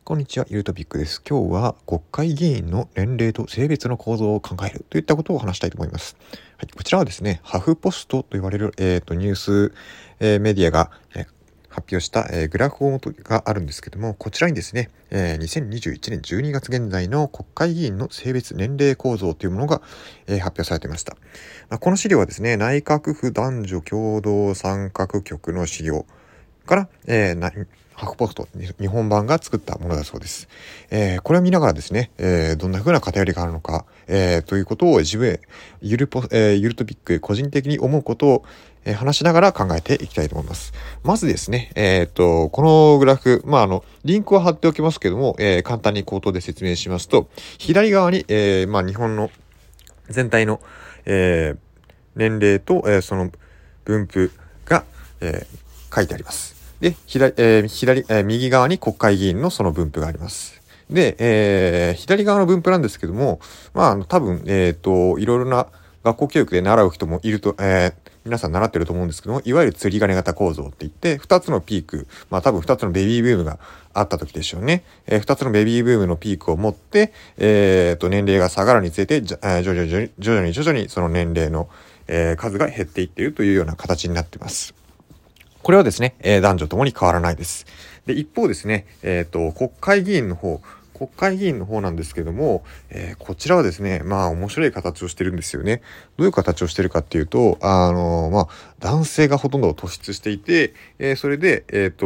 こんにちは、ゆるトピックです。今日は国会議員の年齢と性別の構造を考えるといったことを話したいと思います。はい、こちらはですね、ハフポストと言われる、ニュース、メディアが、発表した、グラフがあるんですけども、こちらにですね、2021年12月現在の国会議員の性別年齢構造というものが、発表されていました。この資料はですね、内閣府男女共同参画局の資料から、ハフポスト日本版が作ったものだそうです。これを見ながらですね、どんな風な偏りがあるのか、ということを自分ゆるトピック個人的に思うことを、話しながら考えていきたいと思います。まずですね、このグラフ、リンクを貼っておきますけども、簡単に口頭で説明しますと、左側に、日本の全体の、年齢と、その分布が、書いてあります。で、右側に国会議員のその分布があります。で、左側の分布なんですけども、多分、いろいろな学校教育で習う人もいると、皆さん習ってると思うんですけども、いわゆる釣り鐘型構造って言って、2つのピーク、多分2つのベビーブームがあった時でしょうね。2つのベビーブームのピークを持って、年齢が下がるにつれて、徐々にその年齢の、数が減っていっているというような形になっています。これはですね、男女ともに変わらないです。で、一方ですね、国会議員の方なんですけども、こちらはですね、面白い形をしてるんですよね。どういう形をしてるかっていうと、男性がほとんど突出していて、それで、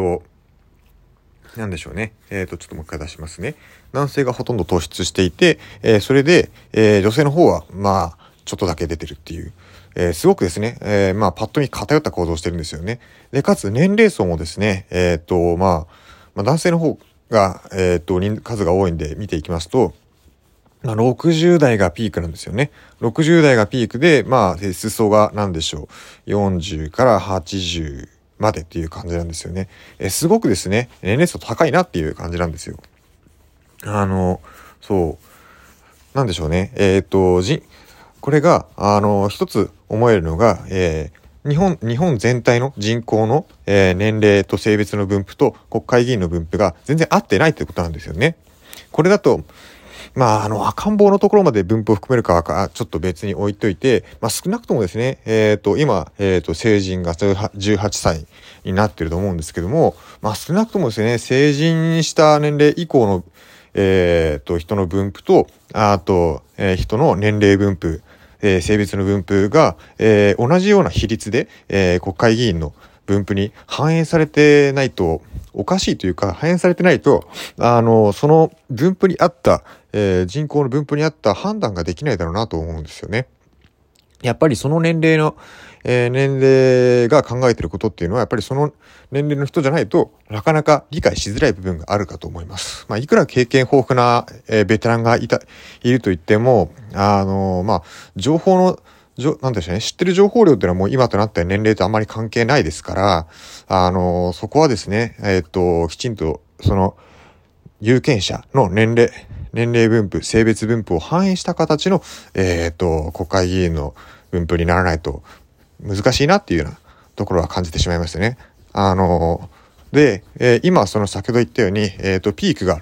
なんでしょうね。ちょっともう一回出しますね。男性がほとんど突出していて、それで、女性の方は、ちょっとだけ出てるっていう。すごくですね、パッと見偏った構造をしてるんですよね。で、かつ年齢層もですね、男性の方が、数が多いんで見ていきますと、60代がピークなんですよね。60代がピークで、裾が何でしょう。40から80までっていう感じなんですよね。すごくですね、年齢層高いなっていう感じなんですよ。そう。なんでしょうね。これが、一つ思えるのが、日本全体の人口の、年齢と性別の分布と国会議員の分布が全然合ってないということなんですよね。これだと、赤ん坊のところまで分布を含めるかはちょっと別に置いといて、少なくともですね、今、成人が18歳になってると思うんですけども、少なくともですね、成人した年齢以降の、人の分布と、あと、人の年齢分布、性別の分布が、同じような比率で、国会議員の分布に反映されてないと、おかしいというか、反映されてないと、その分布に合った、人口の分布に合った判断ができないだろうなと思うんですよね。やっぱりその年齢の、年齢が考えていることっていうのは、やっぱりその年齢の人じゃないとなかなか理解しづらい部分があるかと思います。いくら経験豊富な、ベテランがいると言っても、情報のなんでしょうね、知ってる情報量っていうのはもう今となっては年齢とあまり関係ないですから、そこはですね、きちんとその有権者の年齢分布、性別分布を反映した形の、国会議員の分布にならないと難しいなっていうようなところは感じてしまいましたね。で、今その先ほど言ったように、ピークが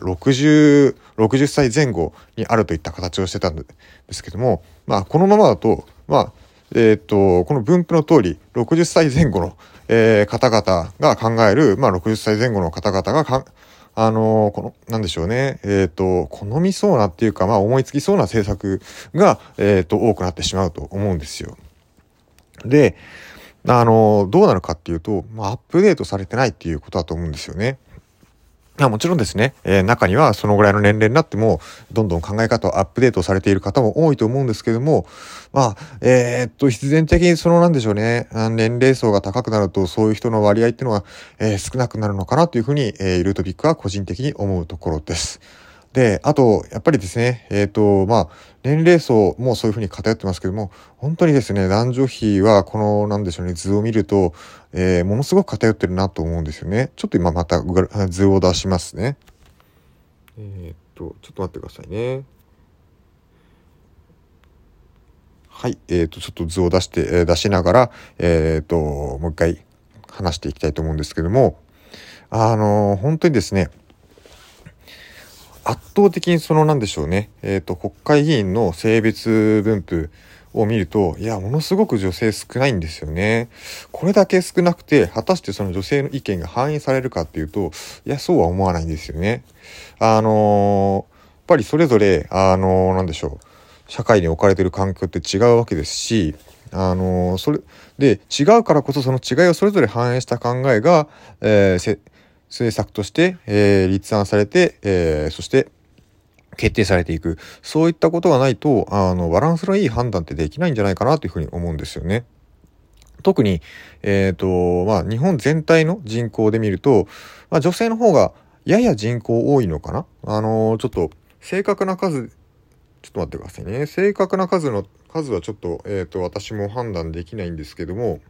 60歳前後にあるといった形をしてたんですけども、このままだと、この分布の通り、60歳前後の、方々が考える、60歳前後の方々がなんでしょうね、好みそうなっていうか、思いつきそうな政策が、多くなってしまうと思うんですよ。で、どうなるかっていうと、アップデートされてないっていうことだと思うんですよね。もちろんですね、中にはそのぐらいの年齢になっても、どんどん考え方をアップデートされている方も多いと思うんですけども、必然的になんでしょうね、年齢層が高くなると、そういう人の割合っていうのは、少なくなるのかなというふうに、ルートピックは個人的に思うところです。で、あと、やっぱりですね、年齢層もそういうふうに偏ってますけども、本当にですね、男女比はこの、なんでしょうね、図を見ると、ものすごく偏ってるなと思うんですよね。ちょっと今また図を出しますね。ちょっと待ってくださいね。はい、ちょっと図を出しながら、もう一回話していきたいと思うんですけども、本当にですね、 圧倒的になんでしょうね、国会議員の性別分布を見ると、いや、ものすごく女性少ないんですよね。これだけ少なくて、果たしてその女性の意見が反映されるかっていうと、いや、そうは思わないんですよね。やっぱりそれぞれ、なんでしょう、社会に置かれている環境って違うわけですし、それで違うからこそその違いをそれぞれ反映した考えが、政策として、立案されて、そして決定されていく。そういったことがないと、バランスのいい判断ってできないんじゃないかなというふうに思うんですよね。特に、日本全体の人口で見ると、女性の方がやや人口多いのかな。ちょっと正確な数、ちょっと待ってくださいね。正確な数はちょっと、私も判断できないんですけども、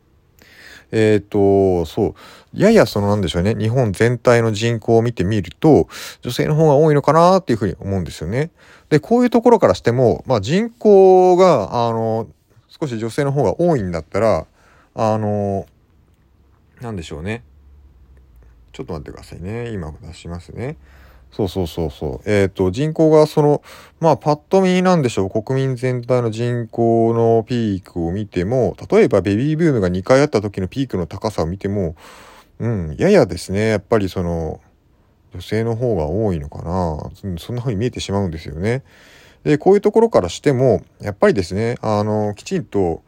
そう、ややなんでしょうね、日本全体の人口を見てみると、女性の方が多いのかなっていうふうに思うんですよね。で、こういうところからしても、人口が、少し女性の方が多いんだったら、なんでしょうね。ちょっと待ってくださいね。今出しますね。そう。人口がパッと見なんでしょう。国民全体の人口のピークを見ても、例えばベビーブームが2回あった時のピークの高さを見ても、ややですね、やっぱり女性の方が多いのかな。そんな風に見えてしまうんですよね。で、こういうところからしても、やっぱりですね、きちんと、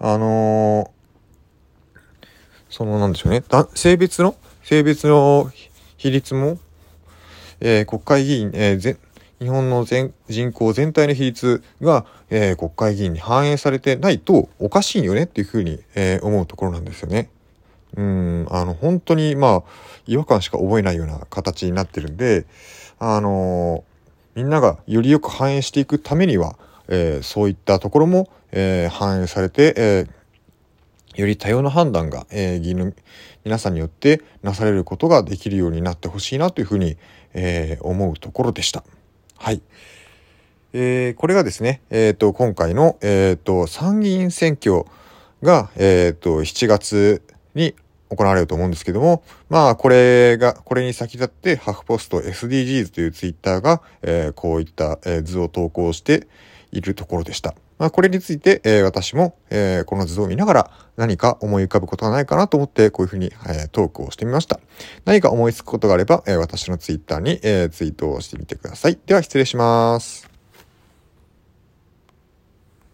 なんでしょうね、性別の比率も、国会議員、日本の人口全体の比率が、国会議員に反映されてないとおかしいよねっていうふうに、思うところなんですよね。本当に違和感しか覚えないような形になってるんで、みんながよりよく反映していくためには、そういったところも、反映されて、より多様な判断が、議員の皆さんによってなされることができるようになってほしいなというふうに、思うところでした。はい。これがですね、今回の、参議院選挙が、7月に行われると思うんですけども、これに先立ってハフポスト SDGs というツイッターが、こういった、図を投稿しているところでした。これについて、私も、この図を見ながら何か思い浮かぶことがないかなと思ってこういうふうに、トークをしてみました。何か思いつくことがあれば、私のツイッターに、ツイートをしてみてください。では失礼します。